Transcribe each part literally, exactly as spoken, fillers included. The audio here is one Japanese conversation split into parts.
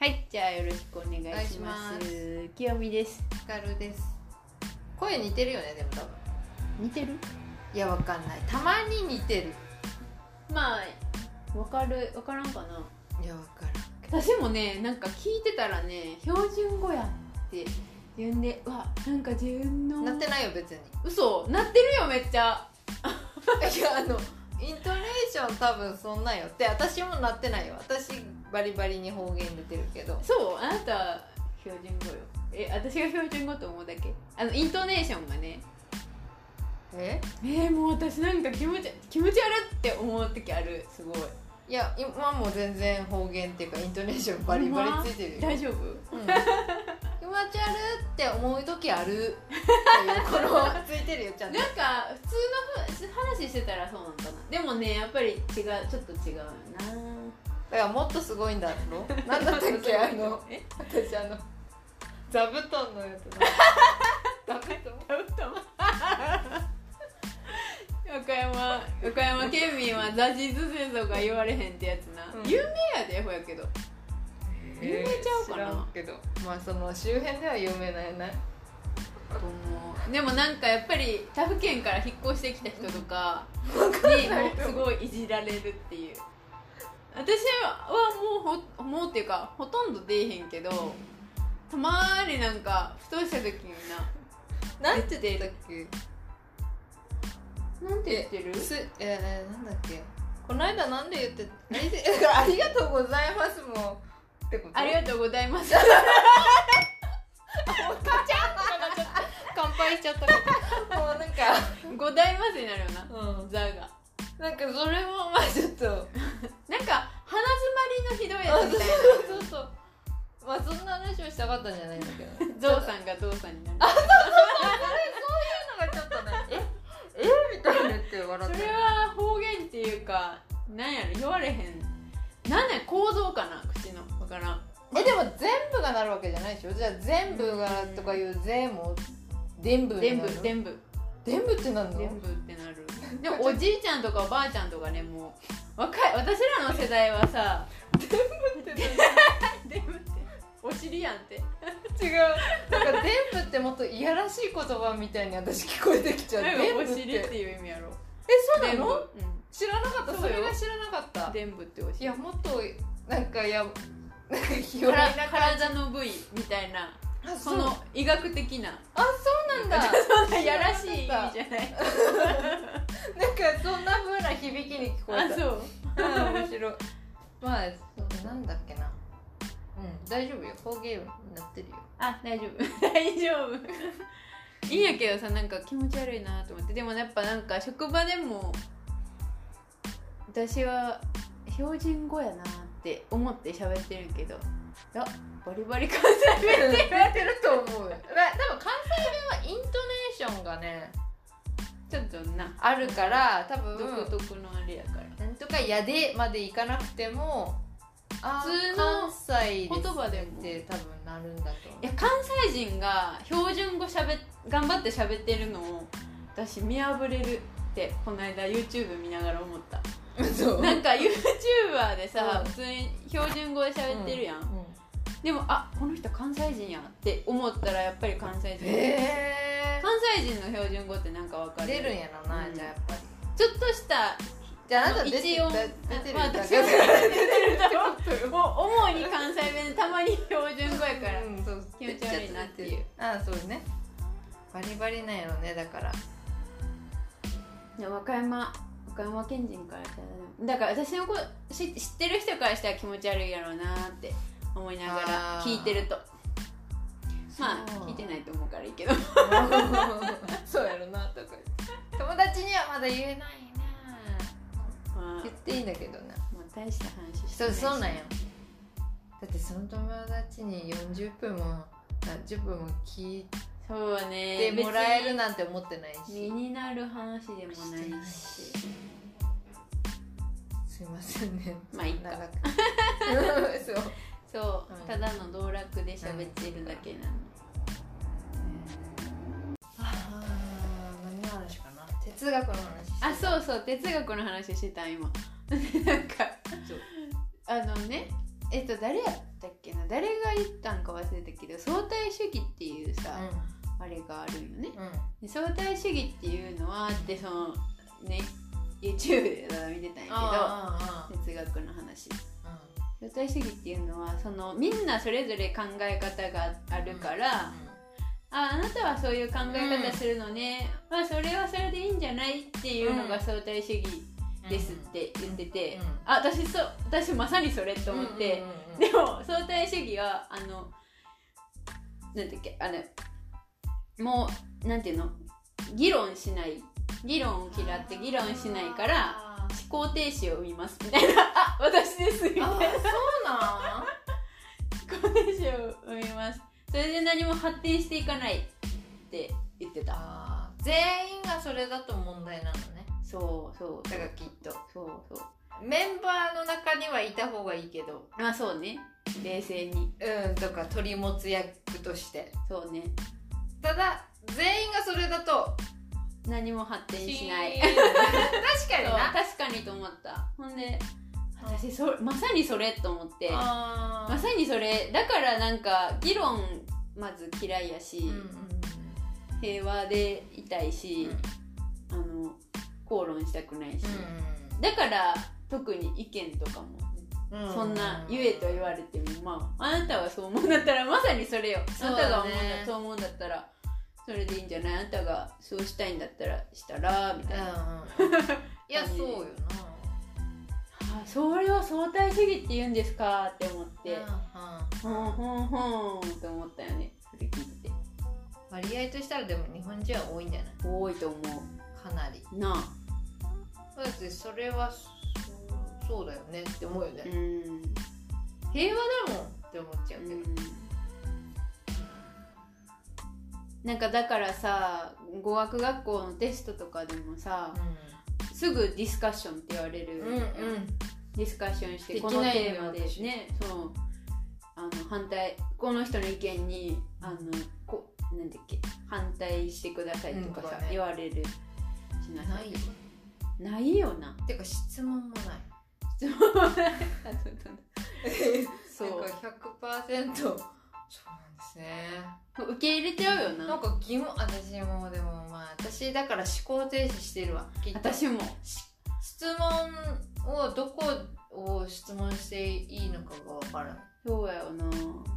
、じゃあよろしくお願いします。きよみです。 ひかるです。声似てるよね、でも多分。 似てる？ いや、わかんない。たまに似てる。 まあ、わかる、わからんかな。 いや、わからん。 私もね、なんか聞いてたらね、標準語やって言うんで、うわ、なんか自分のなってないよ、別に。 嘘、なってるよ、めっちゃ。 いや、あの、イントネーション多分そんなんよ。で、私もなってないよ。私、バリバリに方言出てるけど。 そう、あなた標準語よ。え、私が標準語と思うだけ。あのイントネーションがね。 え？ えー、もう私なんか気持ち気持ち悪って思う時ある。すごい。 いや、今も全然方言っていうかイントネーションバリバリついてるよ。 大丈夫？うん、 気持ち悪って思う時あるっていうこのついてるよ、ちゃんと。 なんか普通の話してたらそうなのかな。でもね、やっぱり違う、ちょっと違うな。 だからもっとすごいんだろ。なんだったっけ、あのえ私あの座布団のやつな。座布団座布団和歌山和歌山県民は雑誌ずせとか言われへんってやつな、うん、有名やで、ほやけど有名ちゃうかな、 知らんけど、まあその周辺では有名なんやないと思う。でもなんかやっぱり他府県から引っ越してきた人とかにもすごいいじられるっていう。私はもうほもうっていうかほとんど出えへんけど、たまになんかふとした時にな、 なんて言ったっけ、 なんて言ってる？ すえー、なんだっけ、この間なんで言ってありがとうございますもんってこと？ ありがとうございますもうカチャンとかなっちゃった乾杯しちゃったけどもうなんかございますになるよな、 うん、 ザがなんかそれもまあちょっとなんか鼻詰まりのひどいやつみたいなそうそうそう、まあそんな話をしたかったんじゃないんだけどゾウさんがゾウさんになる。 あ、そうそうそう、そういうのがちょっとねええみたいなって笑って。 それは方言っていうか、なんやろ、言われへん、なんや、構造かな、口の、わからん。 え、でも全部がなるわけじゃないでしょ。じゃあ全部がとかいう全も全部全部全部全部ってなんの？ 全部ってなる。でもおじいちゃんとかおばあちゃんとかね、もう若い私らの世代はさ全部って全部ってお尻やんって。 違う、なんか全部ってもっといやらしい言葉みたいに私聞こえてきちゃう。全部お尻っていう意味やろ。 え、そうなの？ うん、 知らなかった。 そそれが知らなかった。 全部ってお尻。 いや、もっとなんかやなんかひよよらいな体の部位みたいな、その医学的な。 あ、そうなんだ。 そんなやらしい意味じゃない。 なんかそんな風な響きに聞こえた。 あ、そう。 あ、面白い。まあなんだっけな。うん、大丈夫よ。方言になってるよ。 あ、大丈夫大丈夫いいんやけどさ、なんか気持ち悪いなと思って。でもやっぱなんか職場でも私は標準語やなって思って喋ってるけど、いやバリバリ関西弁って言われてると思う。 多分関西弁はイントネーションがねちょっとなあるから、多分独特のあれやから、 なんとかやでまでいかなくても、あ、 普通の関西言葉でもって多分なるんだと思う。 いや、関西人が標準語しゃべ頑張って喋ってるのを私見破れるってこの間 YouTube 見ながら思った。 そうなんか YouTuber でさ、 うん、 普通に標準語で喋ってるやん、うんうん、でもあ、この人関西人やって思ったらやっぱり関西人。 へー、 関西人の標準語ってなんか分かる？ 出るんやろな、うん、じゃあやっぱりちょっとしたじゃああなた出て一音出てる、 まあ、私は出てると思う。もう主に関西弁でたまに標準語やから、うん、そう気持ち悪いなっていう。 ああ、そうね、バリバリなんやろね。だからいや、和歌山和歌山県人からしたら、だから私の子知ってる人からしたら気持ち悪いやろうなって思いながら聞いてると、まあ聞いてないと思うからいいけどそうやろなとか友達にはまだ言えないね、まあ、言っていいんだけどな、 まあ、大した話してそうないし。 そうなんよ。だってその友達によんじゅっぷんもじゅっぷんも聞いてそうね、 もらえるなんて思ってないし、 身になる話でもないし、 すいませんね、 まあいいかそうそう、うん、ただの道楽で喋ってるだけなの、うん、 あ何の話かな、哲学の話。 あ、そうそう、哲学の話してた今なんかあのね、えっと誰やったっけ、 けな、誰が言ったんか忘れたけど、相対主義っていうさ、うん、あれがあるんよね、うん、で相対主義っていうのはってそのね YouTube で見てたんやけど、哲学の話、うん、相対主義っていうのはそのみんなそれぞれ考え方があるから、うんうん、ああなたはそういう考え方するのね、うん、まあそれはそれでいいんじゃないっていうのが相対主義ですって言ってて、うんうん、あ私そ私まさにそれと思って、うんうんうん、でも相対主義はあのなんだっけあれもうなんていうの議論しない議論を嫌って議論しないから思考停止を生みますみたいなあ私ですみたいなあそうなん思考停止を生みますそれで何も発展していかないって言ってたあ全員がそれだと問題なのねそうそうだからきっとそうそうメンバーの中にはいた方がいいけどあそうね冷静にうんとか取り持つ役としてそうねただ全員がそれだと何も発展しない確かにな確かにと思ったほんで私そまさにそれと思ってまさにそれだからなんか議論まず嫌いやし、うんうん、平和でいたいし、うん、あの口論したくないし、うん、だから特に意見とかも、うん、そんな言えと言われてもまああなたはそう思うんだったらまさにそれよ、あなたが思うんだそう思うんだったらそれでいいんじゃないあなたがそうしたいんだったらしたらみたいな、うん、 いやそうよなあそれを相対主義って言うんですかって思ってほんほんほんって思ったよねそれ聞いて割合としたらでも日本人は多いんじゃない多いと思うかなりなあだってそれはそ う, そうだよねって思うよねうん平和だもんって思っちゃうけど、うんなんかだからさ語学学校のテストとかでもさ、うん、すぐディスカッションって言われる、うんうん、ディスカッションしてこのテーマでねそうあの反対この人の意見にあのこなんだっけ反対してくださいとかさ、うんね、言われるしなさいないないよなてか質問もない質問もないそうなんか ひゃくパーセント そうなんですね受け入れちゃうよななんか疑問私もでもまあ私だから思考停止してるわ私も質問をどこを質問していいのかが分からないそうやよな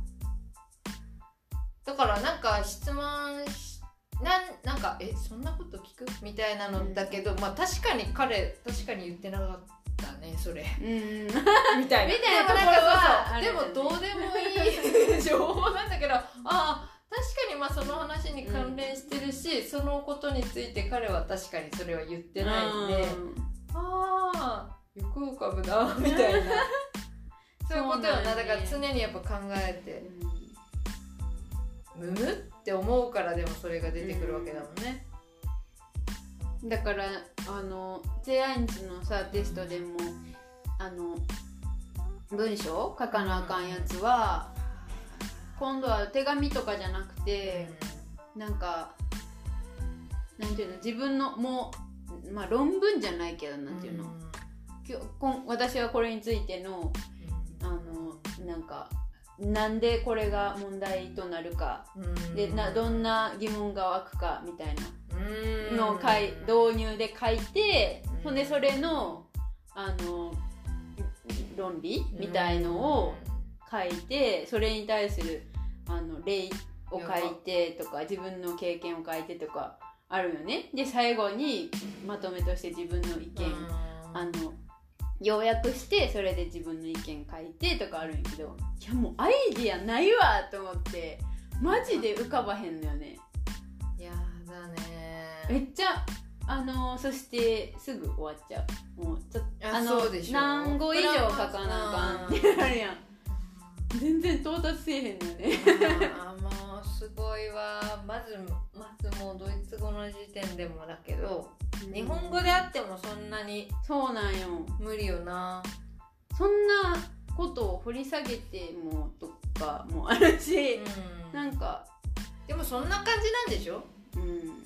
だからなんか質問なんなんかえそんなこと聞くみたいなのだけど、うん、まあ確かに彼確かに言ってなかったねそれ、うん、みたいなみたいなところはでもどうでもいい情報なんだけどああ確かにまあその話に関連してるし、うん、そのことについて彼は確かにそれは言ってないんで、うん、ああよく浮かぶなみたいなそういうことよな、だから常にやっぱ考えて、うん、むむって思うからでもそれが出てくるわけだもんね、 うん、だからあのジェイアインズのさテストでもあの文章書かなあかんやつは、うん今度は手紙とかじゃなくて、うん、なんかなんていうの自分のもう、まあ、論文じゃないけどなんていうの、うん、今日こん私はこれについての、うん、あのなんかなんでこれが問題となるか、うん、でなどんな疑問が湧くかみたいなのをかい導入で書いて、うん、ほんでそれのあの論理みたいのを書いてそれに対するあの例を書いてとか自分の経験を書いてとかあるよね。で最後にまとめとして自分の意見あの要約してそれで自分の意見書いてとかあるんやけどいやもうアイディアないわと思ってマジで浮かばへんのよね。 やだねめっちゃあのそしてすぐ終わっちゃうもうちょっとあのそうでしょ何語以上書かなあかんってなるやん全然到達せえへんのよねああもうすごいわまずまずもうドイツ語の時点でもだけど、うん、日本語であってもそんなにそうなんよ無理よなそんなことを掘り下げてもとかもあるし、うん、なんかでもそんな感じなんでしょ、うん、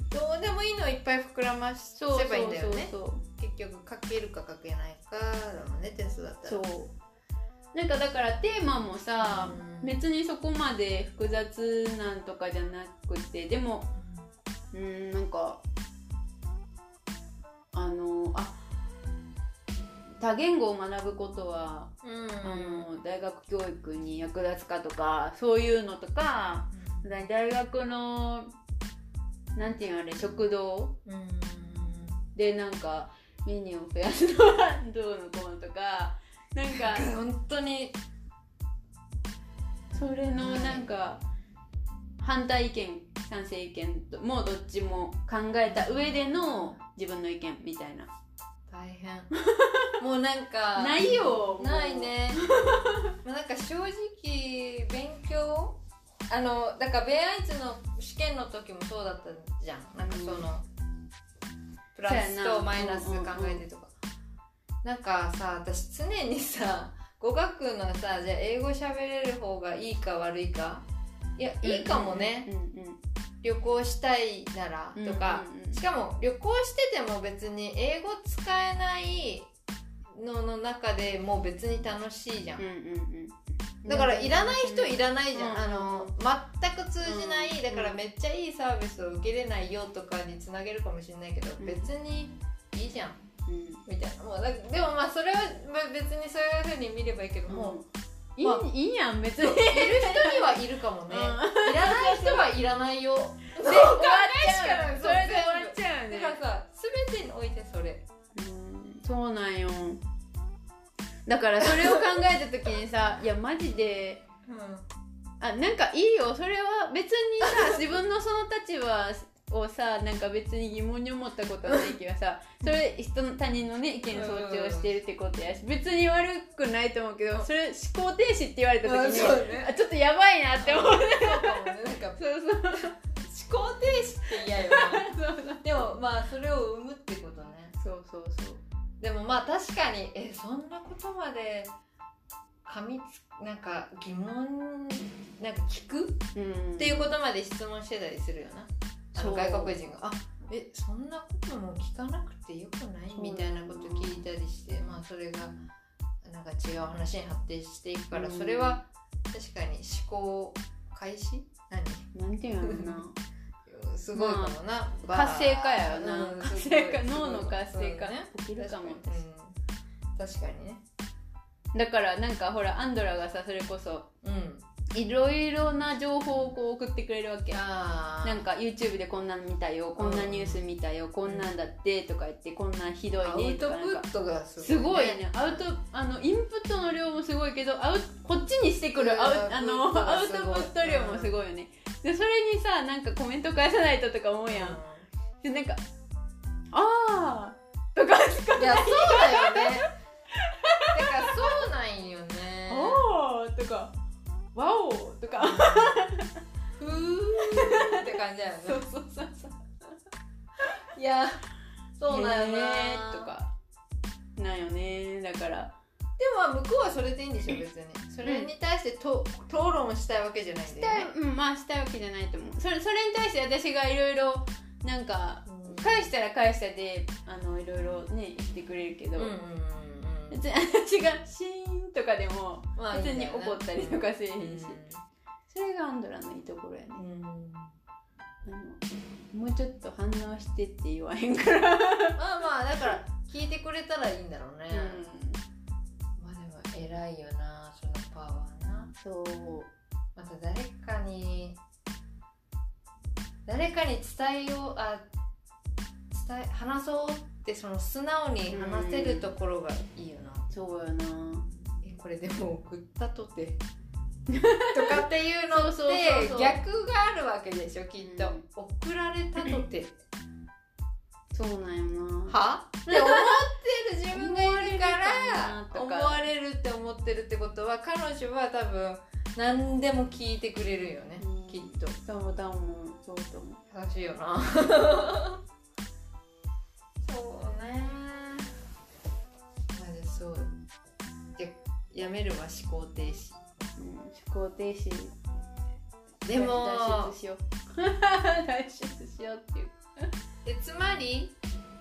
どうでもいいのをいっぱい膨らませばいいんだよね。そうそうそうそう結局書けるか書けないかだもんねテストだったら。 そうなんかだからテーマもさ、 うん、 別にそこまで複雑なんとかじゃなくて、でもうーんなんかあのあ多言語を学ぶことは、うん、あの大学教育に役立つかとかそういうのとか、うん、大学のなんていうのあれ食堂、うん、でなんかメニューを増やすのはどうのこうのとかなんか本当にそれのなんか反対意見賛成意見もどっちも考えた上での自分の意見みたいな。 大変もうなんかないよないねまあなんか正直勉強あのだからベアイツの試験の時もそうだったじゃん。なんかその、うん、プラスとマイナス考えてとか、うんうん、なんかさ私常にさ語学のさじゃあ英語喋れる方がいいか悪いかいやいいかもね、うんうんうん、旅行したいならとか、うんうんうん、しかも旅行してても別に英語使えないのの中でもう別に楽しいじゃん、うんうんうん、だからいらない人いらないじゃん、うん、あの全く通じない、うん、だからめっちゃいいサービスを受けれないよとかにつなげるかもしれないけど、うん、別にいいじゃん、うん、みたいなもうだでもまあそれは別にそういう風に見ればいいけども、うんまあ、いい、いいやん別にいる人にはいるかもね、うん、いらない人はいらないよで終わっちゃうそれで終わっちゃうね。 だからさ全てにおいてそれうんそうなんよ。だからそれを考えた時にさいやマジで、うん、あなんかいいよそれは別にさ自分のその立場をさなんか別に疑問に思ったことはないけどさそれ人の他人のね意見尊重してるってことやし別に悪くないと思うけどそれ思考停止って言われた時に、ね、あちょっとやばいなって思うね。 そうかもねなんかそうそう思考停止って嫌よなそうそうでもまあそれを生むってことね。 そうそうそうでもまあ確かにえそんなことまで噛みつなんか疑問なんか聞く、うん、っていうことまで質問してたりするよな。あの外国人があえそんなことも聞かなくてよくないみたいなこと聞いたりしてまあそれがなんか違う話に発展していくから、うん、それは確かに思考開始何なんていうのかなすごいかもな、 まあ、活性化やよな、うん、活性化脳の活性化、ね、起きるかも確かに、うん、確かにね。 だからなんかほらアンドラがさそれこそ、うん、いろいろな情報をこう送ってくれるわけ。あなんか YouTube でこんなの見たよこんなニュース見たよ、うん、こんなんだってとか言ってこんなひどいねとかなんかアウトプットがすごい、ね、 すごいねアウトあのインプットの量もすごいけどアウこっちにしてくるアウあのアウトプット量もすごいよね。でそれにさなんかコメント返さないととか思うやん、うん、でなんかあーとかしかいやそうだよねだからそうなんよねおーとかワオとかふーって感じだよねそうそうそうそういやそうなんよねとかなんよね。だからでもまあ向こうはそれでいいんでしょ別にそれに対してと、うん、討論したいわけじゃないんだよね。 うんまあしたいわけじゃないと思う。それそれに対して私がいろいろなんか、うん、返したら返したであのいろいろね言ってくれるけど、うんうんうん別に私がシーンとかでも別に怒ったりとかせえへんし、うん、それがアンドラのいいところやね、うん、あのもうちょっと反応してって言わへんからまあまあだから聞いてくれたらいいんだろうね、うん、まあでも偉いよなそのパワーな。 そうまた誰かに誰かに伝えようあ伝え話そうってその素直に話せるところがいいよな、 うん、そうやな。 えこれでも送ったとてとかっていうのって逆があるわけでしょきっと、うん、送られたとてそうなんよなはって思ってる自分がいるから思われるって思ってるってことは彼女は多分何でも聞いてくれるよね、うん、きっと。 そうだもんそうと思う。 正しいよなそうねまだそうじゃやめるわ思考停止、 うん、思考停止でも脱出しよう脱出しようっていうえつまり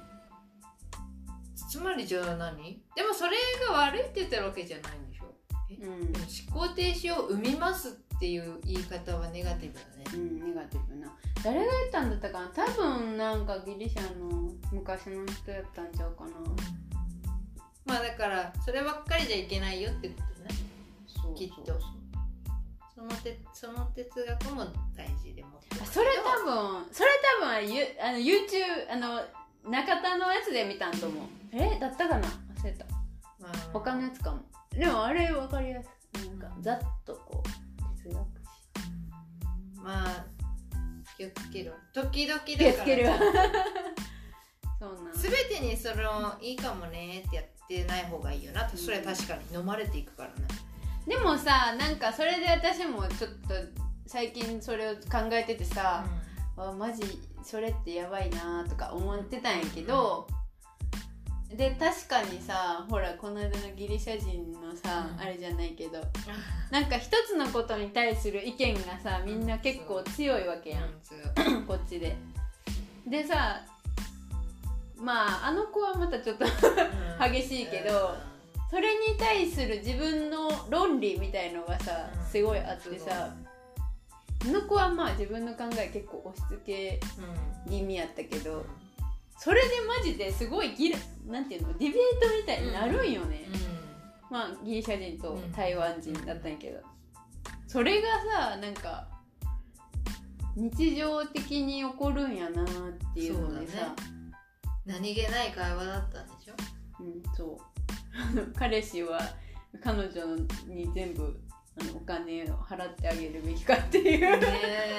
つまりじゃあ何でもそれが悪いって言ってるわけじゃないんでしょ。えうん、でも思考停止を生みますっていう言い方はネガティブだね。 うん、ネガティブな。誰が言ったんだったかな。多分なんかギリシャの昔の人やったんちゃうかな。 まあだからそればっかりじゃいけないよってことね。そうきっと。そのてその哲学も大事でも。 それ多分それ多分ゆあの YouTube あの中田のやつで見たんと思う。えだったかな忘れた。まあ、他のやつかも。でもあれ分かりやすい。なんかざっとこう哲学史。まあ気をつけろ。時々だから気をつけるわ。そうなん。 全てにそのいいかもねってやってない方がいいよな。それは確かに飲まれていくからね。 でもさなんかそれで私もちょっと最近それを考えててさ、うん、あマジそれってやばいなとか思ってたんやけど、うん、で確かにさほらこの間のギリシャ人のさ、うん、あれじゃないけどなんか一つのことに対する意見がさみんな結構強いわけやん、うん、こっちででさまああの子はまたちょっと激しいけど、それに対する自分の論理みたいのがさすごいあってさ、あの子はまあ自分の考え結構押し付け気味やったけど、それでマジですごいギルなんていうのディベートみたいになるんよね、うんうん、まあギリシャ人と台湾人だったんやけど、それがさなんか日常的に起こるんやなっていうのでさ、ね、 何気ない会話だったんでしょ。 うんそう彼氏は彼女に全部あのお金を払ってあげるべきかっていうね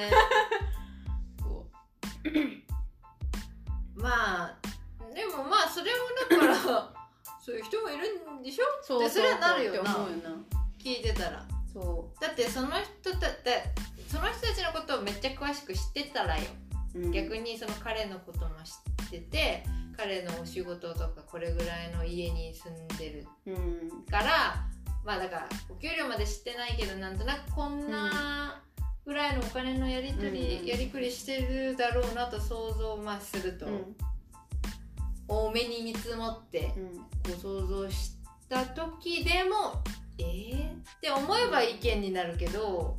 そうまあでもまあそれもだからそういう人もいるんでしょ。そうでそれはなるよな聞いてたら。そうだってその人たその人たちのことをめっちゃ詳しく知ってたらよ、うん、逆にその彼のことも知ってて彼のお仕事とかこれぐらいの家に住んでるから、うん、まあだからお給料まで知ってないけどなんとなくこんなぐらいのお金のやり取り、うん、やりくりしてるだろうなと想像まあすると、うん、多めに見積もってご想像した時でもえーって思えば意見になるけど、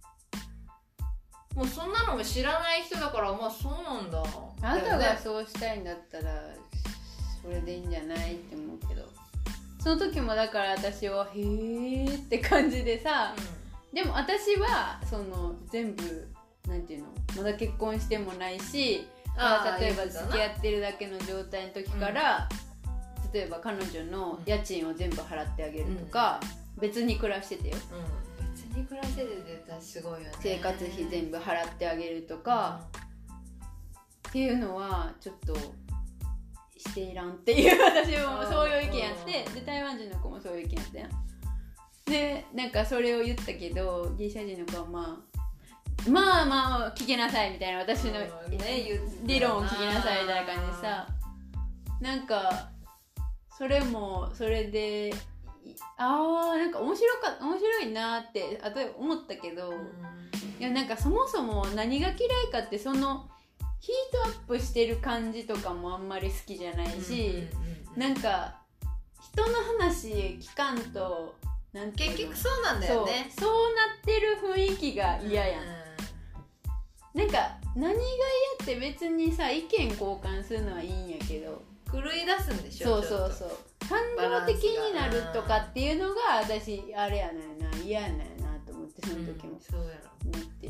もうそんなのも知らない人だからまあそうなんだ。 あなたがそうしたいんだったらそれでいいんじゃないって思うけど、その時もだから私はへーって感じでさ、うん、でも私はその全部なんていうのまだ結婚してもないし、あ例えば付き合ってるだけの状態の時から、うん、例えば彼女の家賃を全部払ってあげるとか、うん、別に暮らしててよ、 うん、別に暮らしてて絶対すごいよね。 生活費全部払ってあげるとか、うん、っていうのはちょっとしていらんっていう私もそういう意見やって、で台湾人の子もそういう意見やったやん。でなんかそれを言ったけどギリシャ人の子はまあまあまあ聞きなさいみたいな、私の、ね、理論を聞きなさいみたいな感じでさ、なんかそれもそれであーなんか面白か面白いなってあと思ったけど、うん、いやなんかそもそも何が嫌いかってそのヒートアップしてる感じとかもあんまり好きじゃないし、うんうんうん、なんか人の話聞かんとなんていうの結局そうなんだよね。 そう、そうなってる雰囲気が嫌やん、うん、なんか何が嫌って別にさ意見交換するのはいいんやけど狂い出すんでしょ。そうそうそう感情的になるとかっていうのが私あれやないな嫌やないなと思ってその時も、うん、 そうやろ思って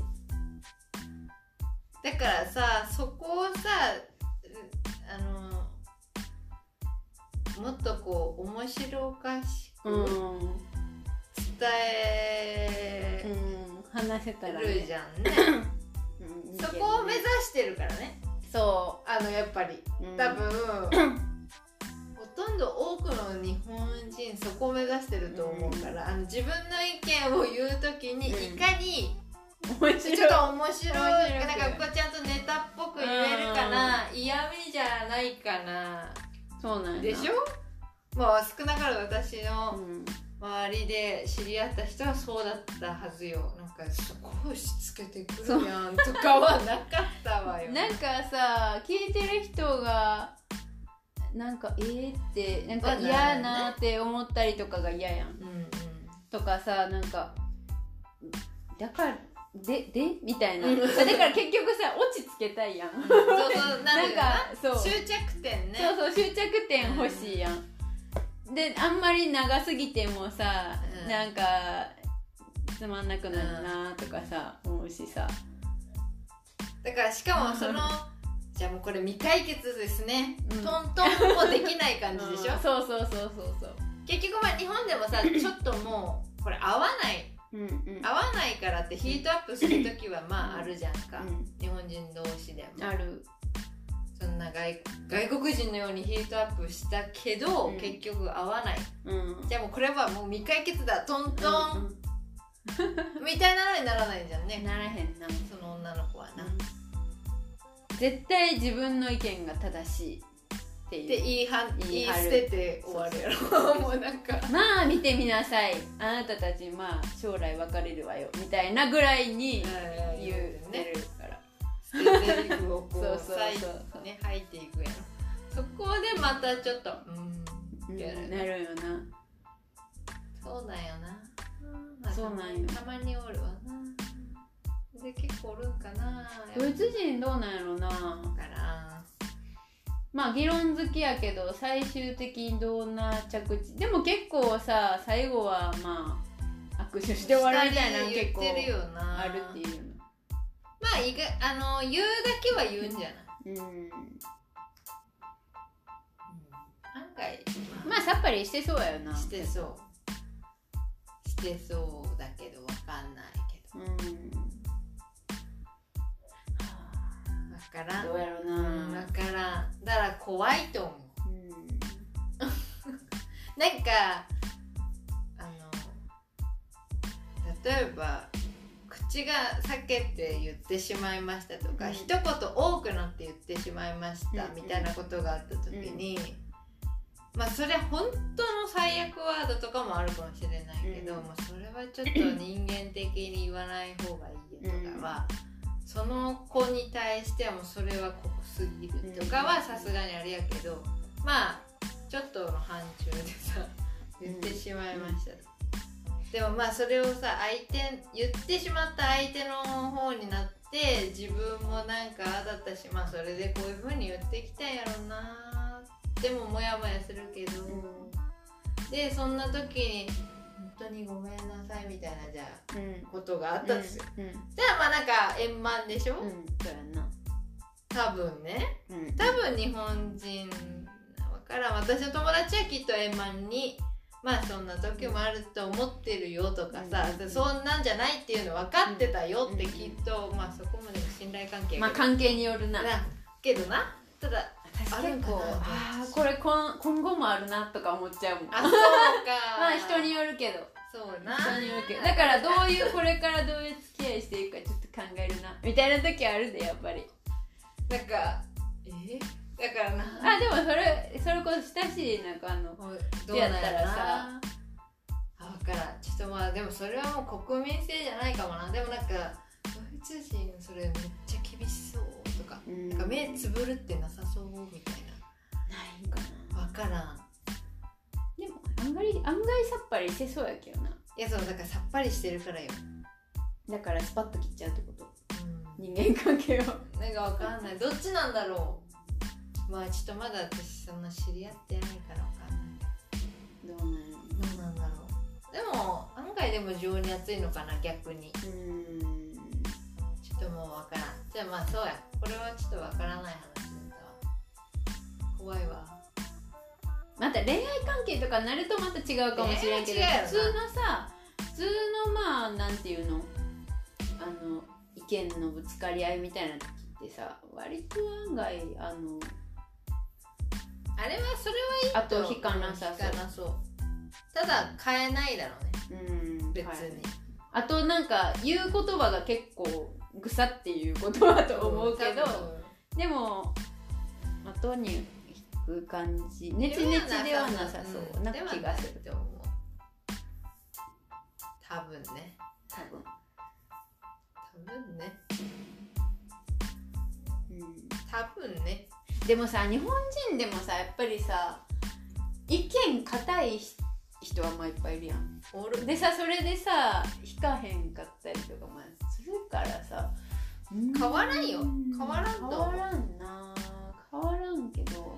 だからさそこをさあのもっとこう面白おかしく伝える、 うん、話せたらね、じゃんね、うん、そこを目指してるからね。 そうあのやっぱり、うん、多分ほとんど多くの日本人そこを目指してると思うから、うん、あの自分の意見を言うときにいかに、うん、ちょっと面白いなんかこうちゃんとネタっぽく言えるかな、うん、嫌味じゃないかな。 そうなんでしょ。まあ少なからず私の周りで知り合った人はそうだったはずよ。なんかすごいしつけてくるやんとかはなかったわよ。 なんかさ聞いてる人がなんかえーってなんか嫌なって思ったりとかが嫌やん、うんうん、 とかさ、なんかだからででみたいな、だから結局さオチつけたいやん、うん、 そうそうなんかそう終着点ね、 そうそう終着点欲しいやん、うん、であんまり長すぎてもさ、うん、なんかつまんなくなるなとかさ、うん、思うしさ、 だからしかもそのじゃあもうこれ未解決ですね、うん、トントンもできない感じでしょ、うん、 そうそうそうそうそう結局まあ日本でもさちょっともうこれ合わないうんうん、合わないからってヒートアップするときはまああるじゃんか、うん、日本人同士でもある、 そんな 外, 外国人のようにヒートアップしたけど、うん、結局合わない、うん、じゃあもうこれはもう未解決だトントン、うんうん、みたいなのにならないじゃんね、 ならへんな、 その女の子はな、 うん、絶対自分の意見が正しいって言いは言い捨てて終わるやろもうなんかまあ見てみなさいあなたたちまあ将来別れるわよみたいなぐらいに言ってるから捨て台詞をこうそうそうそうね吐いていくやろ、そこでまたちょっとうんってなるよな、 そうなんよな、 まあ、そうなんよ、 たまにおるわな、で結構おるんかな、 ドイツ人どうなんやろな、 からまあ議論好きやけど最終的にどんな着地でも結構さ最後はまあ握手して終わるみたいなの結構あるっていうの、 まあいがあの言うだけは言うんじゃない、うん、うん、案外、 まあ、まあさっぱりしてそうやよな、 してそうしてそうだけどわかんないけど、うん分からん、 どうやろうな、 うん、分からん、だから怖いと思う、うん、なんかあの例えば口が裂けて言ってしまいましたとか、うん、一言多くなって言ってしまいました、うん、みたいなことがあった時に、うん、まあそれ本当の最悪ワードとかもあるかもしれないけど、うん、まあ、それはちょっと人間的に言わない方がいいよとかは、うん、その子に対してはもうそれは濃すぎるとかはさすがにあれやけど、まあちょっとの範疇でさ言ってしまいました、うん、でもまあそれをさ相手言ってしまった相手の方になって自分もなんかああだったし、まあそれでこういう風に言ってきたんやろうな、でもモヤモヤするけど、うん、でそんな時に本当にごめんなさいみたいなじゃあ、うん、ことがあったんですよ、うんうん、じゃあまあなんか円満でしょ、うん、そうやな多分ね、うん、多分日本人わからん、私の友達はきっと円満にまあそんな時もあると思ってるよとかさ、うん、そんなんじゃないっていうの分かってたよってきっと、まあそこまでの信頼関係まあ関係によるなけどな、ただ私結構あこれ今今後もあるなとか思っちゃうもん、 あそうかまあ人によるけど、 そうな、 人によるけど、だからどういうこれからどういう付き合いしていくかちょっと考えるなみたいな時あるでやっぱり、 なんかえだからなあでもそれそれこそ親しいなんかあのどうやったらさあ分からん、ちょっとまあでもそれはもう国民性じゃないかもな、でもなんかドイツ人それめっちゃ厳しそうとか、うん、なんか目つぶるってなさそうみたいな、 ないんかな分からん、 でも案外案外さっぱりしてそうやけどな、 いやそうだからさっぱりしてるからよ、 だからスパッと切っちゃうってこと、うん、人間関係をなんか分かんない、どっちなんだろう、まあちょっとまだ私そんな知り合ってないから分かんないけど、どうなんどうなんだろう、でも案外でも情に熱いのかな逆に、うーんちょっともう分からん、じゃあまあそうや、これはちょっと分からない話だったわ、怖いわ、 また恋愛関係とかになるとまた違うかもしれんけど、普通のさ普通のまあなんていうのあの意見のぶつかり合いみたいな時ってさ割と案外あのあれはそれはいいとあと引かなさそう、 そうただ変えないだろうね、うん別に、はい、 あとなんか言う言葉が結構ぐさっていう言葉だと思うけど、うん、でも後に引く感じネチネチではなさそうな気がすると思う、 多分ね多分多分ねうん多分ね、 でもさ日本人でもさやっぱりさ意見固い人はまあいっぱいいるやん。 おるでさ、それでさ引かへんかったりとかもするからさ、 変わらんよ。変わらんと変わらんな。変わらんけど、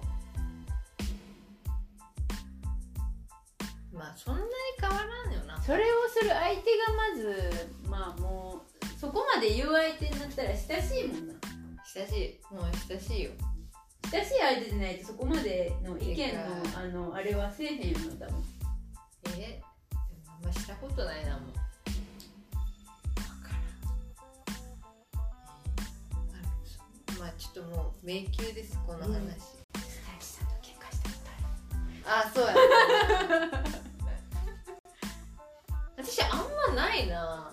まあそんなに変わらんよな。 それをする相手がまずまあもうそこまで言う相手になったら親しいもんな。 親しい、もう親しいよ。 親しい相手じゃないとそこまでの意見のあのあれはせえへんよな多分。 えでもあんましたことないなもん。分からん。まあちょっともう迷宮ですこの話。 うんさんと喧嘩したことあ、そうや、ね、私あんまないな。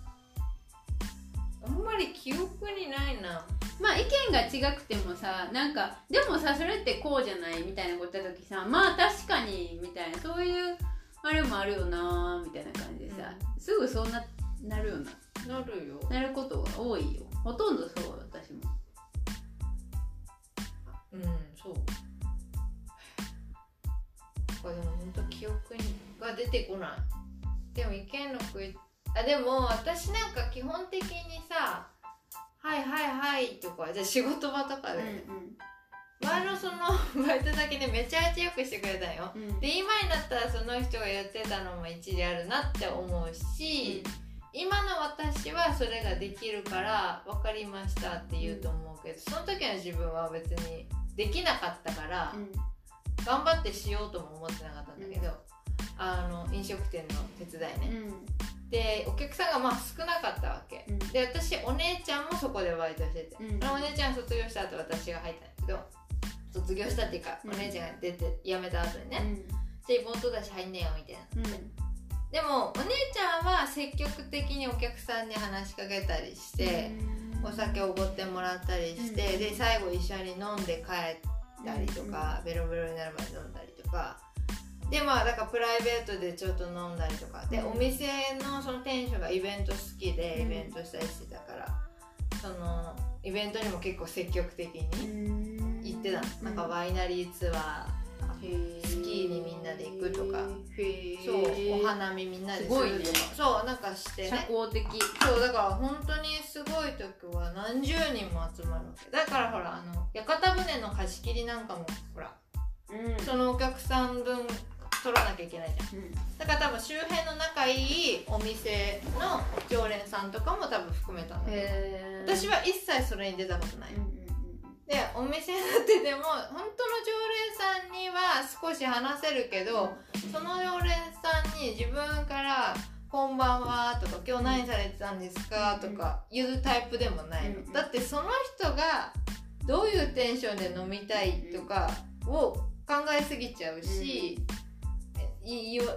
あんまり記憶にないな。 まあ意見が違くてもさ、なんかでもさそれってこうじゃないみたいなこと言った時さ、まあ確かにみたいな、そういうあれもあるよなみたいな感じでさ、うん、すぐそう な, なるよななるよなることが多いよ。ほとんどそう私も。 うん、そう。これでも本当記憶が出てこない。でも意見の食いあでも私なんか基本的にさはいはいはいとかじゃあ仕事場とかで、うんうん、前のそのバイト先でめちゃめちゃよくしてくれたよ、うん、で今になったらその人が言ってたのも一理あるなって思うし、うん、今の私はそれができるから分かりましたって言うと思うけど、その時の自分は別にできなかったから、うん、頑張ってしようとも思ってなかったんだけど、うん、あの飲食店の手伝いね、うん、でお客さんがまあ少なかったわけ、うん、で私お姉ちゃんもそこでバイトしてて、うん、お姉ちゃん卒業した後私が入ったんだけど、卒業したっていうか、うん、お姉ちゃんが出て辞めた後にね、うん、じゃあ妹だし入んねえよみたいな、うん、でもお姉ちゃんは積極的にお客さんに話しかけたりして、うん、お酒おごってもらったりして、うん、で最後一緒に飲んで帰ったりとか、うん、ベロベロになるまで飲んだりとかで、まあだからプライベートでちょっと飲んだりとかで、うん、お店のその店主がイベント好きでイベントしたりしてたから、うん、そのイベントにも結構積極的に行ってた、うん、なんかワイナリーツアー、スキーにみんなで行くとか、そうお花見みんなでするとか、ね、そうなんかしてね、 社交的。 そうだから本当にすごい時は何十人も集まるわけだから、ほらあの屋形船の貸し切りなんかもほら、うん、そのお客さん分取らなきゃいけないじゃん、うん、だから多分周辺の仲いいお店の常連さんとかも多分含めたんだけど、私は一切それに出たことない、うんうんうん、でお店になってても本当の常連さんには少し話せるけど、うん、その常連さんに自分から「こんばんは」とか「今日何されてたんですか?」とか言うタイプでもないの、うん、だってその人がどういうテンションで飲みたいとかを考えすぎちゃうし、うん、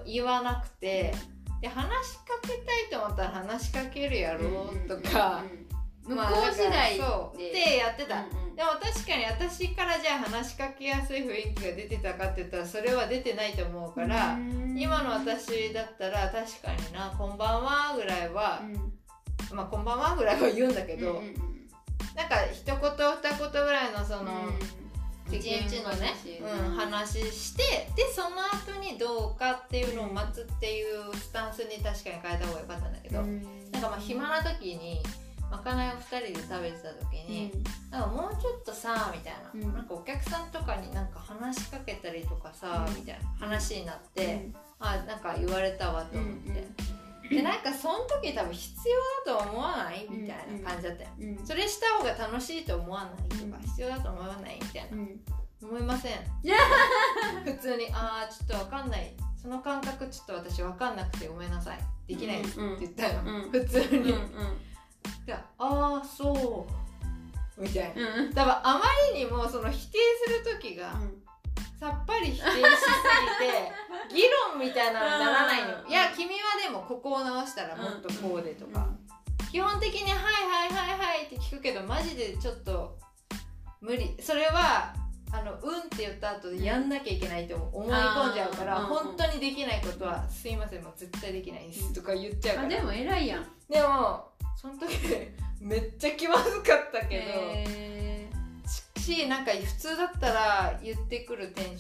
言わなくて、で話しかけたいと思ったら話しかけるやろとか、 向こう次第でやってた、うんうん、でも確かに私からじゃあ話しかけやすい雰囲気が出てたかって言ったらそれは出てないと思うから、今の私だったら確かにな「こんばんは」ぐらいは、うん、まあ「こんばんは」ぐらいは言うんだけど、うんうん、なんか一言二言ぐらいのその、うん一日のね、うん、話して、でその後にどうかっていうのを待つっていうスタンスに確かに変えた方がよかったんだけど、うん、なんかまあ暇な時にまかないをふたりで食べてた時に、うん、なんかもうちょっとさみたいな、うん、なんかお客さんとかになんか話しかけたりとかさ、うん、みたいな話になって、うん、あなんか言われたわと思って、うん、でなんかその時多分必要だと思わないみたいな感じだったよ、うん、それした方が楽しいと思わないとか、必要だと思わないみたいな、うん、思いません普通にあーちょっと分かんない、その感覚ちょっと私分かんなくてごめんなさいできないですって言ったよ、うん、普通に、うんうん、であーそうみたいな、うん、多分あまりにもその否定する時が、うんさっぱり否定しすぎて議論みたいなのにならないの。いや君はでもここを直したらもっとこうでとか、うん、基本的にはいはいはいはいって聞くけどマジでちょっと無理、それはあのうんって言った後でやんなきゃいけないと思い込んじゃうから、うん、本当にできないことはすいませんもう絶対できないですとか言っちゃうから、 あでも偉いやん。 でもその時めっちゃ気まずかったけど、しなんか普通だったら言ってくるテンションなんよ。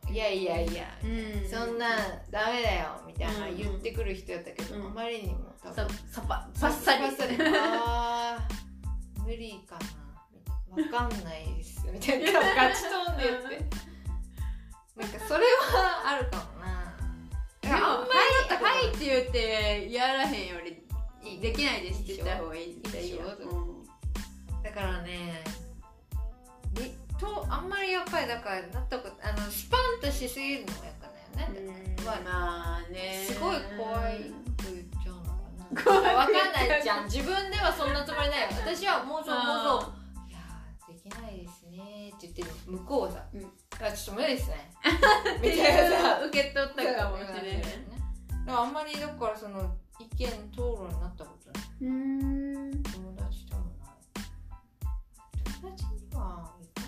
いやいやいや、 うん、 そんなダメだよみたいな言ってくる人やったけど、うん、あまりにも多分さパパッサリあー無理かなみたいな、わかんないですみたいなガチトーンで言ってなんかそれはあるかもな。 でもはい、はいって言ってやらへんよりできないですって言った方がいいでしょ。 だからねとあんまりやっぱりだからなったことあのスパンとしすぎるのもやっぱないよね。 まあ、まあねすごい怖いと言っちゃうのかな。わかんないじゃん。自分ではそんなつもりないよ。私はもうそうもうそういやできないですねって言ってる向こうはさ、うん、あちょっと無理ですねみたいなさ受け取ったかもしれないね。 だからあんまりだからその意見討論になったことない。うーん友達ともない。友達には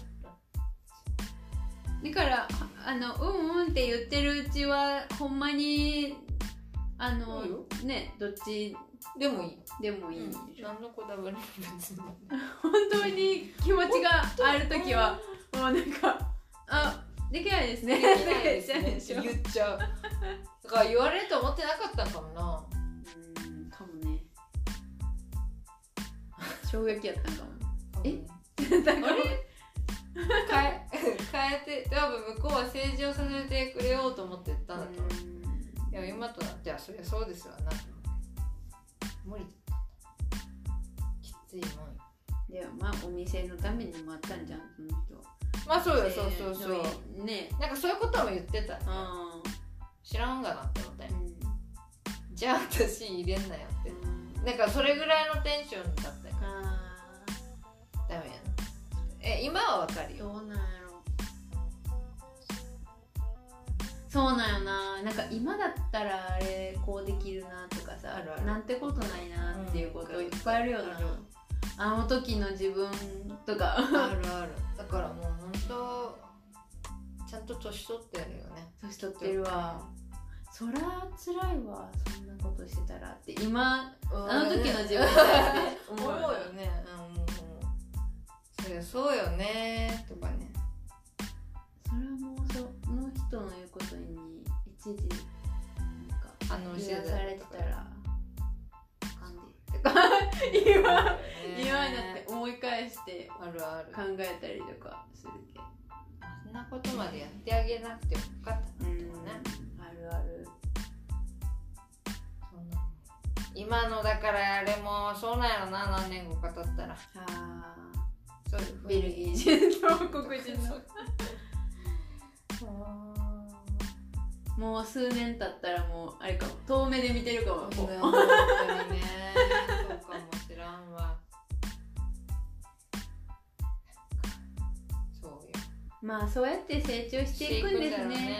だからあのうんうんって言ってるうちはほんまにあのねどっちでもいいでもいい、うん、 何のこだわりも別に本当に気持ちがあるときはもうなんかあできないですねできないですねって言っちゃう。だから言われると思ってなかったんかもな。 うんかもね。衝撃やったんかも。えあれ変え変えて多分向こうは成長させてくれようと思って言ったんだと思う。いや今となってはそりゃそうですわなと思って無理だったきついもん。 でもまあお店のためにもあったんじゃんその人。 まあそうよそうそうそうね。 なんかそういうことも言ってた、ね、知らんがなって思ったよ、うん、じゃあ私入れんなよって、うん、なんかそれぐらいのテンションだったよ。ダメやな。え今はわかるよ。 どうなんやろ。そうなんよな。なんか今だったらあれこうできるなとかさ、あるあるなんてことないなっていうこといっぱいあるよな、うん、あの時の自分とかあるある。だからもう本当ちゃんと年取ってるよね。 年取ってるわ。そりゃ辛いわそんなことしてたらって今、うん、あの時の自分だって思うよね。そりゃそうよねとかね。 それはもうその人の言うことに一時なんかあの癒されてたらあかんでとか今今になって思い返してあるある考えたりとかするけど、 あんなことまでやってあげなくてよかったなとかね。 あるある。 そんな今のだからあれもそうなんやろな。何年後か経ったらあそういうベルギー人と黒人のもう数年経ったらもうあれかも遠目で見てるかも。 本当にねそうかもしらんわ。そうよ。 まあそうやって成長していくんですね。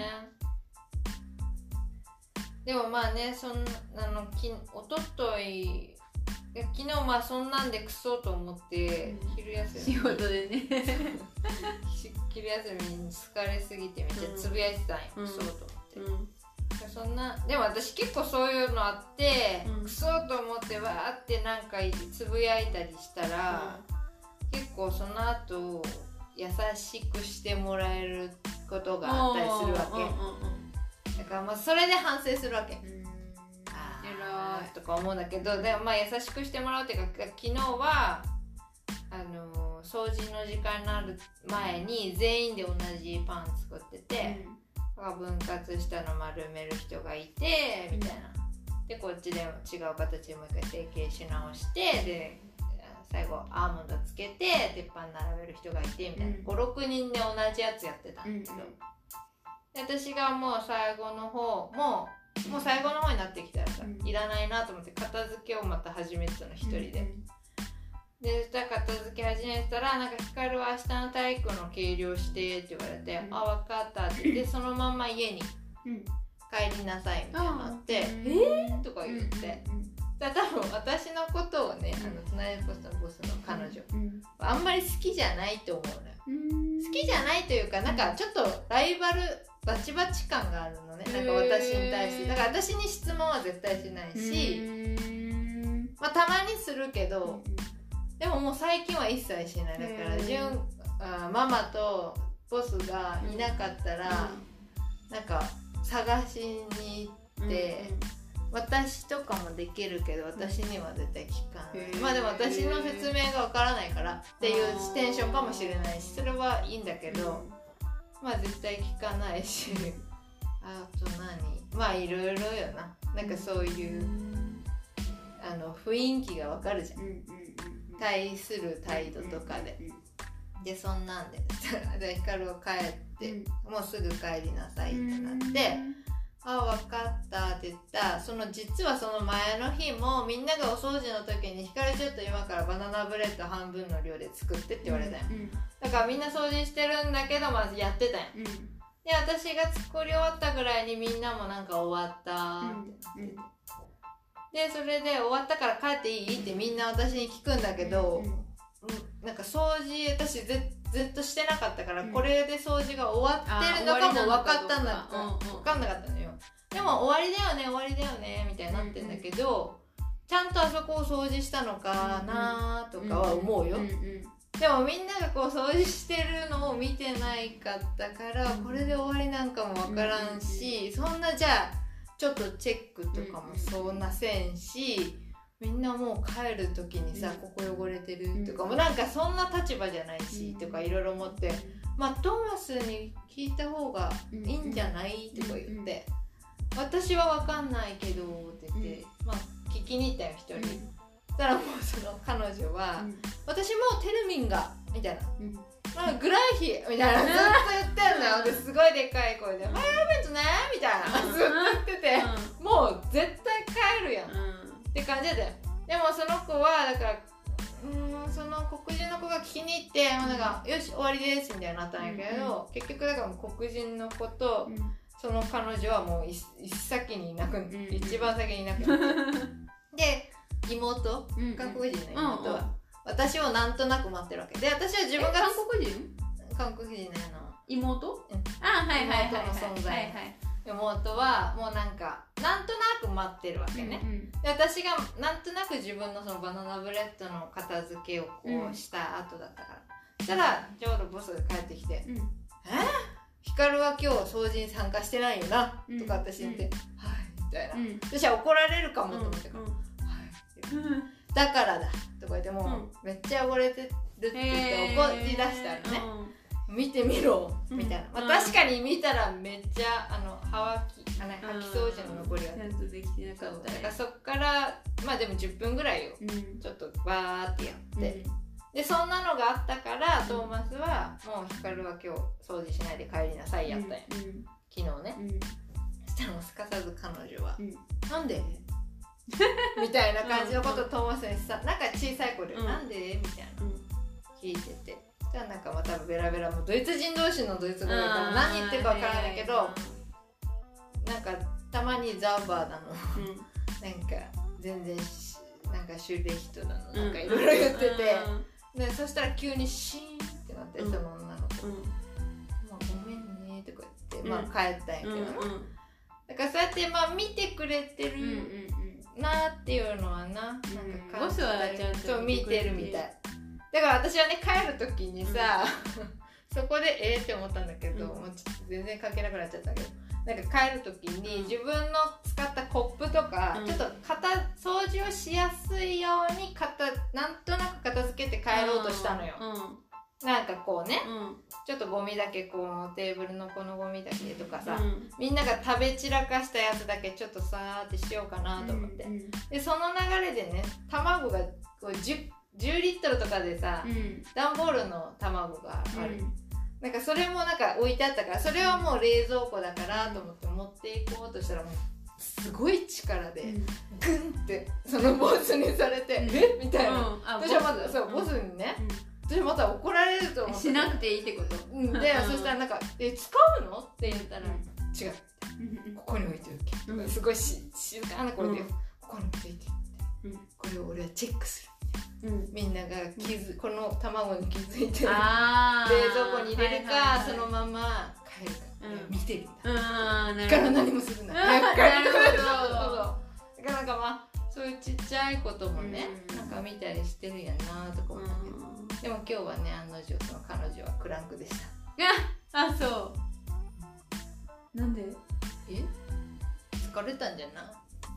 でもまあねそんあのきおととい昨日まあそんなんでクソと思って、うん、昼休み仕事でね昼休みに疲れすぎてめっちゃつぶやいてたんよ、うん、クソと思って、うん、そんなでも私結構そういうのあって、うん、クソと思ってわーってなんかつぶやいたりしたら、うん、結構その後優しくしてもらえることがあったりするわけ。だからまあそれで反省するわけ、うんとか思うんだけど、でもまあ優しくしてもらうっていうか昨日はあの掃除の時間になる前に全員で同じパン作ってて、うん、分割したの丸める人がいてみたいな、でこっちで違う形でもう一回成形し直してで最後アーモンドつけて鉄板並べる人がいてみたいな、うん、ごろくにんで同じやつやってたんだけど、うん、で私がもう最後の方もうもう最後の方になってきたらさ、うん、いらないなと思って片付けをまた始めてたの一人で、うんうん、でそしたら片付け始めたらなんか光は明日の体育の計量してって言われて、うん、あ分かったって言ってそのまま家に帰りなさいみたいになって、うん、えーとか言って、うん、だ多分私のことをね、うん、あの隣のポストのボスの彼女、うん、あんまり好きじゃないと思うのよ、うん、好きじゃないというかなんかちょっとライバルバチバチ感があるのね、なんか私に対して。だから私に質問は絶対しないし、まあたまにするけど、でももう最近は一切しない。だからじゅんあママとボスがいなかったら、 できるけど私には絶対聞かない、まあでも私の説明がわからないからっていうテンションかもしれないし、それはいいんだけど、まあ絶対聞かないしあと何まあいろいろよな、なんかそういうあの雰囲気がわかるじゃん、対する態度とかで、でそんなんででヒカルを帰って、もうすぐ帰りなさいってなって、あ分かったって言った。その実はその前の日もみんながお掃除の時に、ヒカルちょっと今からバナナブレッド半分の量で作ってって言われたよ、うんうん、だからみんな掃除してるんだけどまずやってたよ、うん、で私が作り終わったぐらいにみんなもなんか終わったってなってて、うんうん、でそれで終わったから帰っていいってみんな私に聞くんだけど、うんうん、なんか掃除私ずずっとしてなかったから、うん、これで掃除が終わってるのかも分かったんだか分かんなかったのよ。でも終わりだよね終わりだよねみたいになってんだけど、うんうん、ちゃんとあそこを掃除したのかなとかは思うよ、うんうんうん、でもみんながこう掃除してるのを見てないかったから、これで終わりなんかも分からんし、そんなじゃあちょっとチェックとかもそんなせんし、みんなもう帰る時にさ、ここ汚れてるとかもなんかそんな立場じゃないしとかいろいろ思って、まあトーマスに聞いた方がいいんじゃないとか言って、私は分かんないけどって言って、まあ聞きに行ったよ一人、そしたらもうその彼女は、私もテルミンがみたいな、なんかグライヒみたいなずっと言ってんのよ。ですごいでかい声で「マイラベントね」みたいなずっと言ってて、もう絶対帰るやんって感じで、でもその子はだからうーんその黒人の子が聞きに行ってもうなんか、よし終わりですみたいになったんやけど、結局だからもう黒人の子とその彼女はもう一先にいなく、一番先にいなくなってで妹、韓国人の妹は私をなんとなく待ってるわけで、私は自分が韓国人韓国人の妹、うん、 あはいはいはいはい妹の存在、はいはい、妹はもうなんかなんとなく待ってるわけね、うんうん、で私がなんとなく自分のそのバナナブレッドの片付けをこうした後だったから、うん、そしたらちょうどボスが帰ってきて「うん、えヒカルは今日掃除に参加してないよな」うん、とか私言って「うん、はい」みたいな、うん、私は怒られるかもと思ってから「うんうん、はい」だからだとか言ってもう、うん、めっちゃ汚れてるって言って怒り出したらね、うん、見てみろみたいな、うん、まあ、確かに見たらめっちゃあのはわきあの掃き掃除の残りがちゃんとできてなかった、ね、 だからそっからまあでもじゅっぷんぐらいよ、うん、ちょっとバーってやって、うん、でそんなのがあったからトーマスはもうヒカルは今日掃除しないで帰りなさいやったんや、うん、昨日ね、うん、そしたらもうすかさず彼女は、うん、なんでみたいな感じのことをトーマスにさ、なんか小さい子で、うん、なんでみたいな、うん、聞いてて、じゃあなんかまたベラベラもドイツ人同士のドイツ語だから何言ってるかわからないけど、なんかたまにザーバーだの、うん、なんか全然なんかシュレヒトだの、なんかいろいろ言ってて、うん、でそしたら急にシーンってなって、うん、その女の子、うん、まあ、ごめんねとか言って、まあ帰ったんやけどな、うんうん、だからそうやってまあ見てくれてる、うんうんうんなっていうのはな、なんかボスはちゃんと見てるみたい。だから私はね帰る時にさ、うん、そこでえーって思ったんだけど、うん、もうちょっと全然関係なくなっちゃったけど、なんか帰る時に自分の使ったコップとか、うん、ちょっと片掃除をしやすいように片なんとなく片付けて帰ろうとしたのよ、うんうん、なんかこうね、うん、ちょっとゴミだけこうテーブルのこのゴミだけとかさ、うん、みんなが食べ散らかしたやつだけちょっとさーってしようかなと思って、うんうん、でその流れでね卵がこう 10, じゅうリットルとかでさ、うん、段ボールの卵がある、うん、なんかそれもなんか置いてあったから、それはもう冷蔵庫だからと思って持っていこうとしたらもうすごい力でグンってそのボスにされて、うん、えみたいな、うん、私はまだそう、うん、ボスにね、うん、私また怒られると思ってしなくていいってこと、 うん、で、うん、そしたらなんか「え使うの?」って言ったら「うん、違う、うん、ここに置いておけ、うん、すごいし静かな声で、うん、ここに置いておいて」うん、これを俺はチェックするみたいな、うん、みんなが気づ、うん、この卵に気づいて冷蔵庫に入れるか、はいはいはい、そのまま帰るか、うん、見てるんだ、だから何もするんだ早く帰るそうそうそうだからなんかまあそういうちっちゃいこともね、うん、なんか見たりしてるやんなとか思ったけど、うん、でも今日はね案の定その彼女はクランクでした。 あ、そう。なんで？ え？疲れたんじゃない？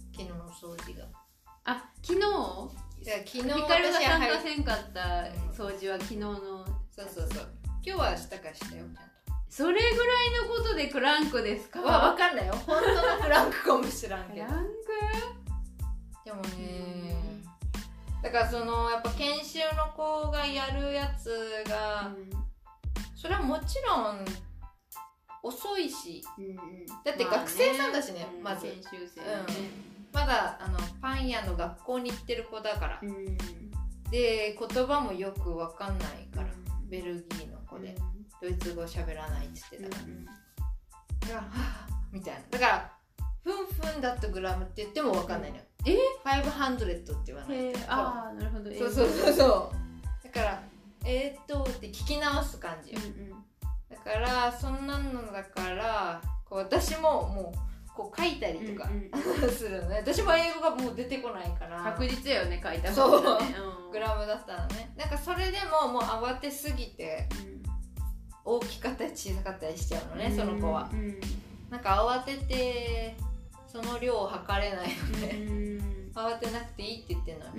昨日の掃除が。 あ、昨日昨日ヒカルが参加せんかった掃除は昨日の、 そうそうそう、今日はしたかしたよちゃんと。 それぐらいのことでクランクですか？ わかんないよ、本当のクランクかもしらんけど。 クランクでもね、だからそのやっぱ研修の子がやるやつが、うん、それはもちろん遅いし、うんうん、だって学生さんだしね、まあ、ね、まず研修生、ね、うん、まだあのパン屋の学校に行ってる子だから、うん、で言葉もよく分かんないから、うん、ベルギーの子で、うん、ドイツ語喋らないって言ってたから、うん、だからはぁみたいな、だからふんふんだとグラムって言っても分かんないのよ、うん、えごひゃくって言わない。 ああ、なるほど。 そうそうそうそう。だからえー、っとって聞き直す感じよ、うんうん、だからそんなのだからこう私ももうこう書いたりとか、うんうん、するのね。私も英語がもう出てこないから確実よね、書いた方がね、そう、うん、グラムだったらね。なんかそれでももう慌てすぎて、うん、大きかったり小さかったりしちゃうのね、うん、その子は、うん、なんか慌ててその量を測れないので、うん、慌てなくていいって言ってんの、うん、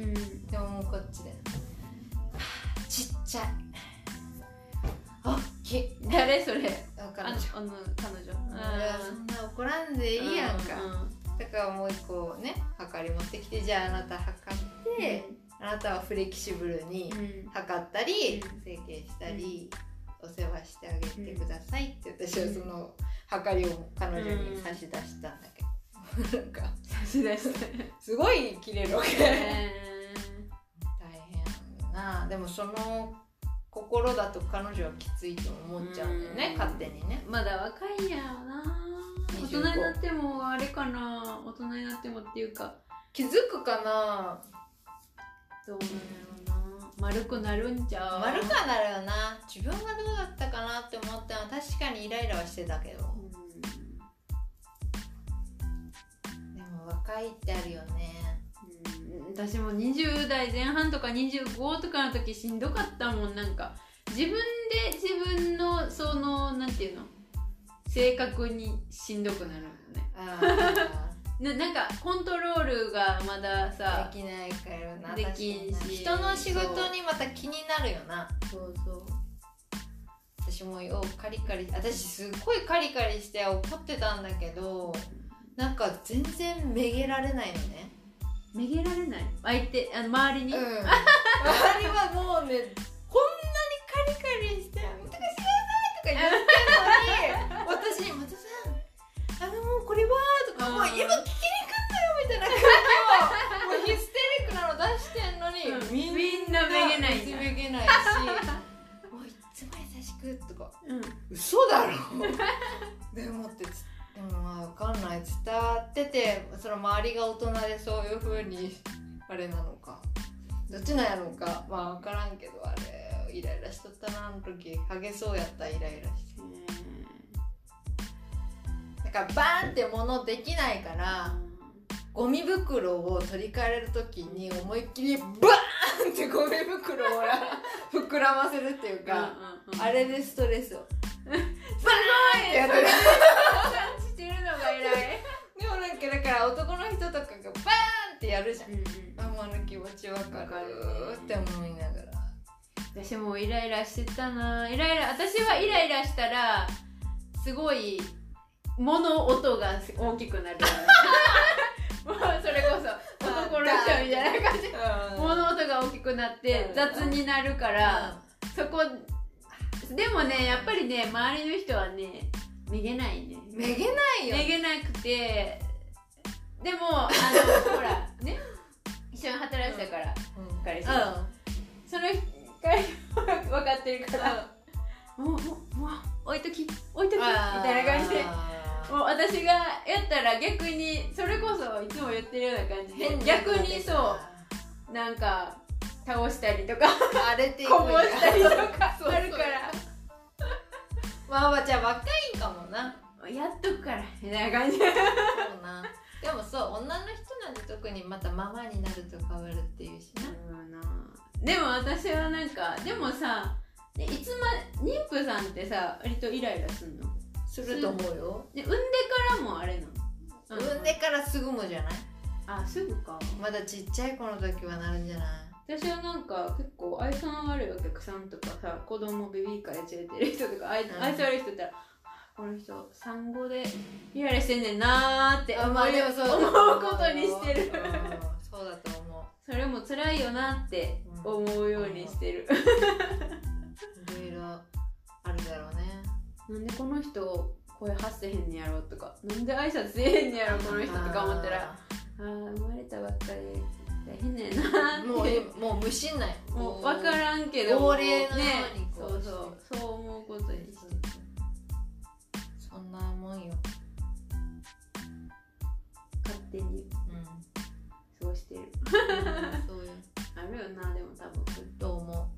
でももうこっちで、はあ、ちっちゃい、あっき、 誰それ、 彼女、 あの彼女、 あ、そんな怒らんでいいやんか、うん、だからもう一個ね、測り持ってきて、じゃああなた測って、うん、あなたはフレキシブルに測ったり、うん、整形したり、うん、お世話してあげてくださいって、私はその測りを彼女に差し出したんだけど、なんか差し出してすごい切れるわけ、えー、大変な。でもその心だと彼女はきついと思っちゃうんだよね、勝手にね。 まだ若いんやろな。大人になってもあれかな、大人になってもっていうか気づくかな、 どうなんやろな。丸くなるんちゃう。 丸くはなるよな。自分がどうだったかなって思ったのは確かにイライラはしてたけど、若いってあるよね、 うん、私もにじゅう代前半とかにじゅうごとかの時しんどかったもん。なんか自分で自分のそのなんていうの性格にしんどくなるのね。あな, なんかコントロールがまださできないからな。 できんし、 人の仕事にまた気になるよな。 そうそう、 私もよカリカリ、私すっごいカリカリして怒ってたんだけど、なんか全然めげられないのね。 めげられない、相手、あの周りに、うん、周りはもうね、こんなにカリカリして「見てください」とか言ってんのに私に「松さんあのもうこれは」とか「もう今聞きに来んだよ」みたいな感じをもうヒステリックなの出してんのに、 うん、みんなめげないんだ。 めげないしもういつも優しくとか、うん、嘘だろでもってつでもまあ分かんない、伝わっててその周りが大人でそういう風にあれなのかどっちなんやろうか、まあ分からんけど、あれイライラしとったな、あの時激そうやった。イライラして、だからバーンって物できないから、うん、ゴミ袋を取り替えれる時に思いっきりバーンってゴミ袋を膨らませるっていうか、うんうんうん、あれでストレスをバーンってやってるしてるのが偉いでもなんかだから男の人とかがバーンってやるじゃん、うんうん、あんまの気持ちわかるって思いながら、 私もイライラしてたな。イライラ、私はイライラしたらすごい物音が大きくなるもうそれこそ男の人みたいな感じ物音が大きくなって雑になるから、そこでもね、やっぱりね、周りの人はねめげないね。 めげないよ。 めげなくて、でもあのほらね、一緒に働いてたから、うん、彼氏、うん、その彼氏分かってるから、うん、もうもうもう置いとき置いときみたいな感じで、もう私がやったら逆にそれこそいつも言ってるような感じで、逆にそうなんか倒したりとか荒れていくこぼしたりとかあるから。 まあまあじゃあ若いかもな、 やっとくからみたいな感じ。 そうな。でもそう女の人なんて特にまたママになると変わるっていうしな。 うんな。でも私はなんかでもさ、いつま妊婦さんってさ割とイライラすんの？ すると思うよ。 で産んでからもあれなの？ 産んでからすぐもじゃない？ あすぐか。 まだちっちゃい子の時はなるんじゃない？ 私はなんか結構愛想の悪いお客さんとかさ、子供ベビーカーで連れてる人とか愛想悪い人いたら、この人産後でイライラしてんねんなーって思う、 まあでもそう思うことにしてる。 そうだと思う。 それも辛いよなって思うようにしてる。 いろいろあるだろうね。 なんでこの人声発せへんねやろとか、なんで挨拶せえへんねやろこの人とか思ったら、あー生まれたばっかり大変ねんなーって。 もうもう無心ない。 もう分からんけど号令のようにね、 こそうそうそう思うことにして、 そんなもんよ。 勝手に、うん、そうしてる。 そういうあるよな、でも多分と思う。ま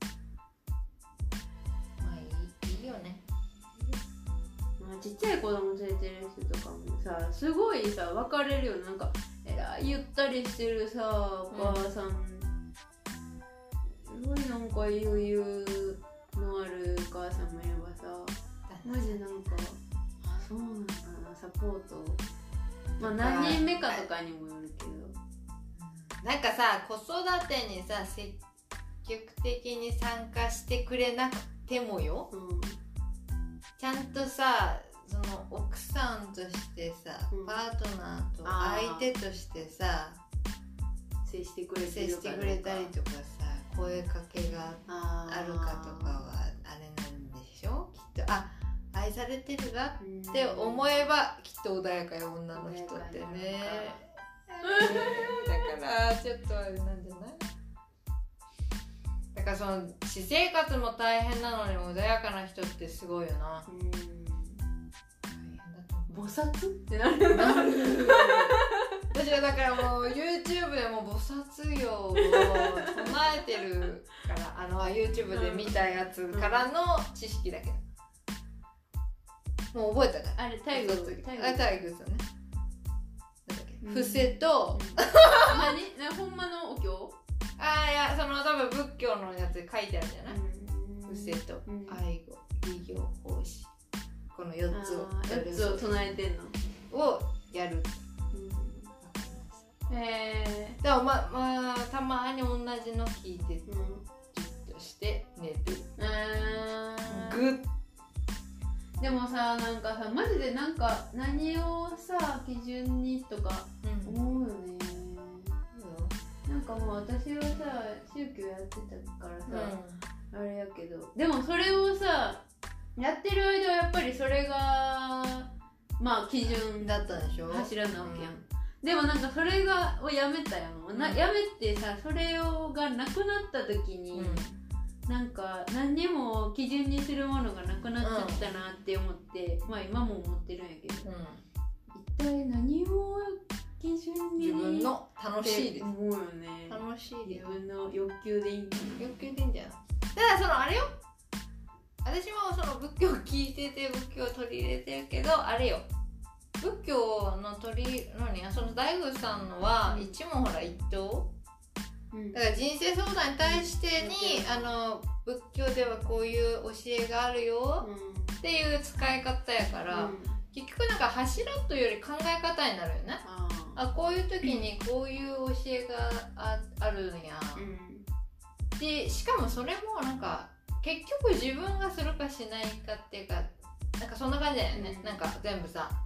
あいい、いいよね。 まあ、ちっちゃい子供連れてる人とかもさ、すごいさ分かれるよ。なんかえらいゆったりしてるさお母さん、うん、すごいなんか余裕のあるお母さんもいればさ、マジなんかあそうなんかな、サポート、まあ何人目かとかにもよるけど、 なんかさ子育てにさ積極的に参加してくれなくてもよ、うん、ちゃんとさその奥さんとしてさ、うん、パートナーと相手としてさ接してくれてるか接してくれたりとかさ、声かけがあるかとかはあれなんでしょきっと。あ、愛されてるなって思えばきっと穏やかよ女の人ってね。だからちょっとあれなんじゃない？だからその私生活も大変なのに穏やかな人ってすごいよな。うん、 菩薩ってなるなる私はだからもう YouTube でも菩薩用を唱えてるからあの YouTube で見たやつからの知識だけど、もう覚えたから。 あれタイグス、 タイグス、あれタイグスね。なんだっけ、伏せと、 うん、何？ほんまのお経？ ああ、いや、その多分仏教のやつで書いてあるんじゃない？伏せと、愛語、異行、奉仕、このよっつをよっつを唱えてんのをやる。へえ。だからままあたまに同じの聞いて、うん、ギュッとして寝る。グッ。 でもさ、なんかさマジでなんか何をさ基準にとか思うよね。うん、なんかもう私はさ宗教やってたからさ、うん、あれやけど、でもそれをさやってる間はやっぱりそれがまあ基準だったでしょ、 柱なわけやん。うん、でもなんかそれがをやめたやん、うん、なやめてさそれをがなくなった時に、うん、なんか何にも基準にするものがなくなっちゃったなって思って、うん、まあ今も思ってるんやけど、うん、一体何を基準に自分の楽しいです思うよね。 楽しいです。 自分の欲求でいいんかな。 欲求でいいんじゃない。だからそのあれよ、私もその仏教を聞いてて仏教を取り入れてるけど、あれよ、仏教の取りのにその大宮さんのは一問ほら一答、うん、だから人生相談に対してに、うん、あの仏教ではこういう教えがあるよっていう使い方やから、うん、結局なんか柱というより考え方になるよね。ああ、こういう時にこういう教えが あ, あるんや、うん、でしかもそれもなんか結局自分がするかしないかっていうか、なんかそんな感じだよね、うん、なんか全部さ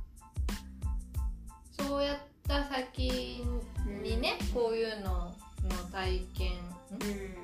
そうやった先にね、うん、こういうのの体験、うん、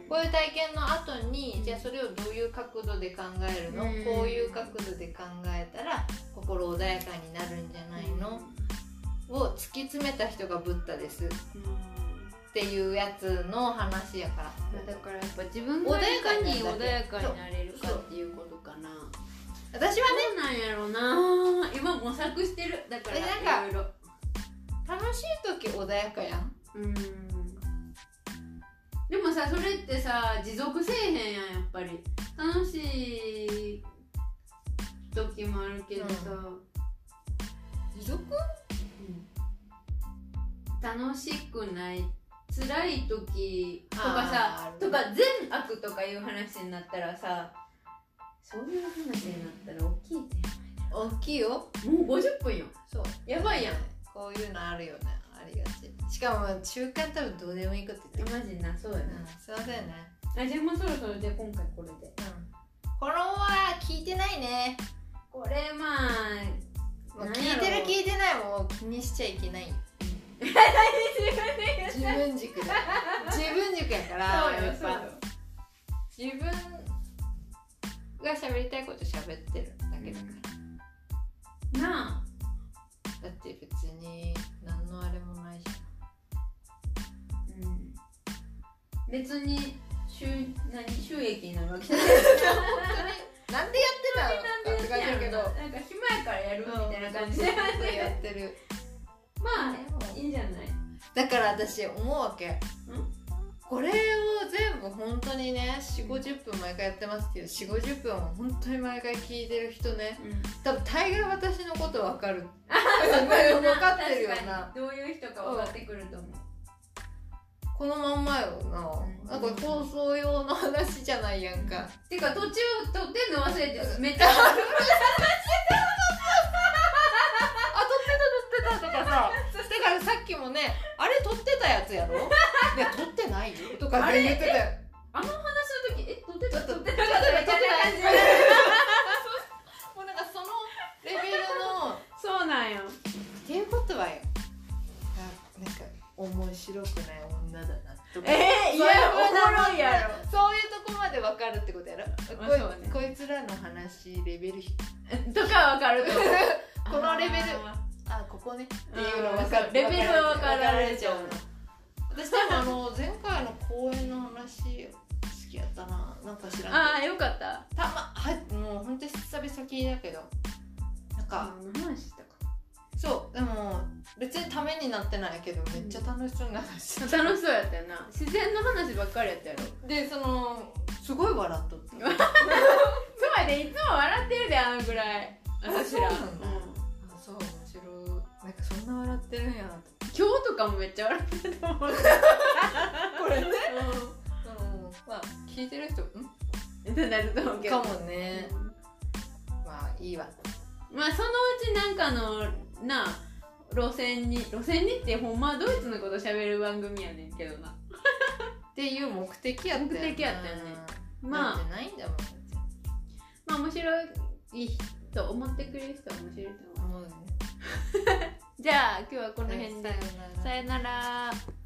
こういう体験の後に、うん、じゃあそれをどういう角度で考えるの、うん、こういう角度で考えたら心穏やかになるんじゃないの、うん、を突き詰めた人がブッダです、うん、っていうやつの話やから。 だからやっぱ自分がいかに穏やかになれるかっていうことかな。 私はね、 そうなんやろうな。今模索してる。だからいろいろ楽しい時穏やかやん。うん。 でもさ、それってさ持続せえへんやん。やっぱり楽しい時もあるけどさ、うん、 持続、 うん、楽しくない辛い時とかさ、とか善悪とかいう話になったらさ、そういう話になったら大きいって大きいよ。 もうごじゅっぷんよ。そうやばいやん。 こういうのあるよね、ありがち。しかも中間多分どうでもいいこと言ってる。 マジな、そうだね、 うん、すいませんね。 あ、じゃあもうそろそろで今回これで、うん、 このは聞いてないね。 これまあ聞いてる聞いてないも気にしちゃいけない。自分軸だ。自分軸やからそうよ、 やっぱそうよ、 自分が喋りたいこと喋ってるだけだから、 うん、なあ、 だって別に何のあれもないじゃん、うん、別に収何収益になるわけじゃない本当になんでやってたのって感じだけど、 なんか暇やからやるみたいな感じでやってる。 まあいいんじゃない。 だから私思うわけ、これを全部本当にね よんじゅうごじゅっぷん毎回やってますけど、よんじゅうごじゅっぷんは本当に毎回聞いてる人ね、うん、多分大概私のこと分かる分かってるよな。 どういう人か分かってくると思う。 このまんまよな、うん、なんか放送用の話じゃないやんか、うん、 てか途中撮ってんの忘れてめっちゃあ、撮ってた撮ってたとかさだからさっきもね、あれ撮ってたやつやろいや撮ってないよとかって言ってたよ。 あの話の時、え、撮ってた撮ってた撮ってた撮ってたもうなんかそのレベルのそうなんよっていうことはよ、なんか面白くない女だなとか、 えー、いやおもろいやろ、 そういうとこまで分かるってことやろ、 まあこい、 そうね、 こいつらの話レベルとか分かるとこのレベル、あ、ここねっていうの分かる、 レベルは分かられちゃうの。 私でもあの前回の公演の話好きやったな、なんか知らんけど、 ああよかった、 たまはいもう本当に久々聞いたけど、なんか話したか、 そうでも別にためになってないけどめっちゃ楽しそうな話した、楽しそうやったよな、自然の話ばっかりやったやろ。 でそのすごい笑っとったそうやで、いつも笑ってるで、あのぐらい私ら。 あ、そうなんだ、うん、あ、そう、面白い、なんかそんな笑ってるんやなと。 今日とかもめっちゃ笑ってると思うこれね、うん、まあ聞いてる人んってなると思うけどかもね、うん、まあいいわ。 まあそのうちなんかのな路線に路線にってほんまドイツのこと喋る番組やねんけどなっていう目的やったよね。 目的やったよね。 まあないんだもん。 まあ面白いと思ってくれる人は面白いと思う。 思うね。 じゃあ今日はこの辺で。 さよなら。 さよなら。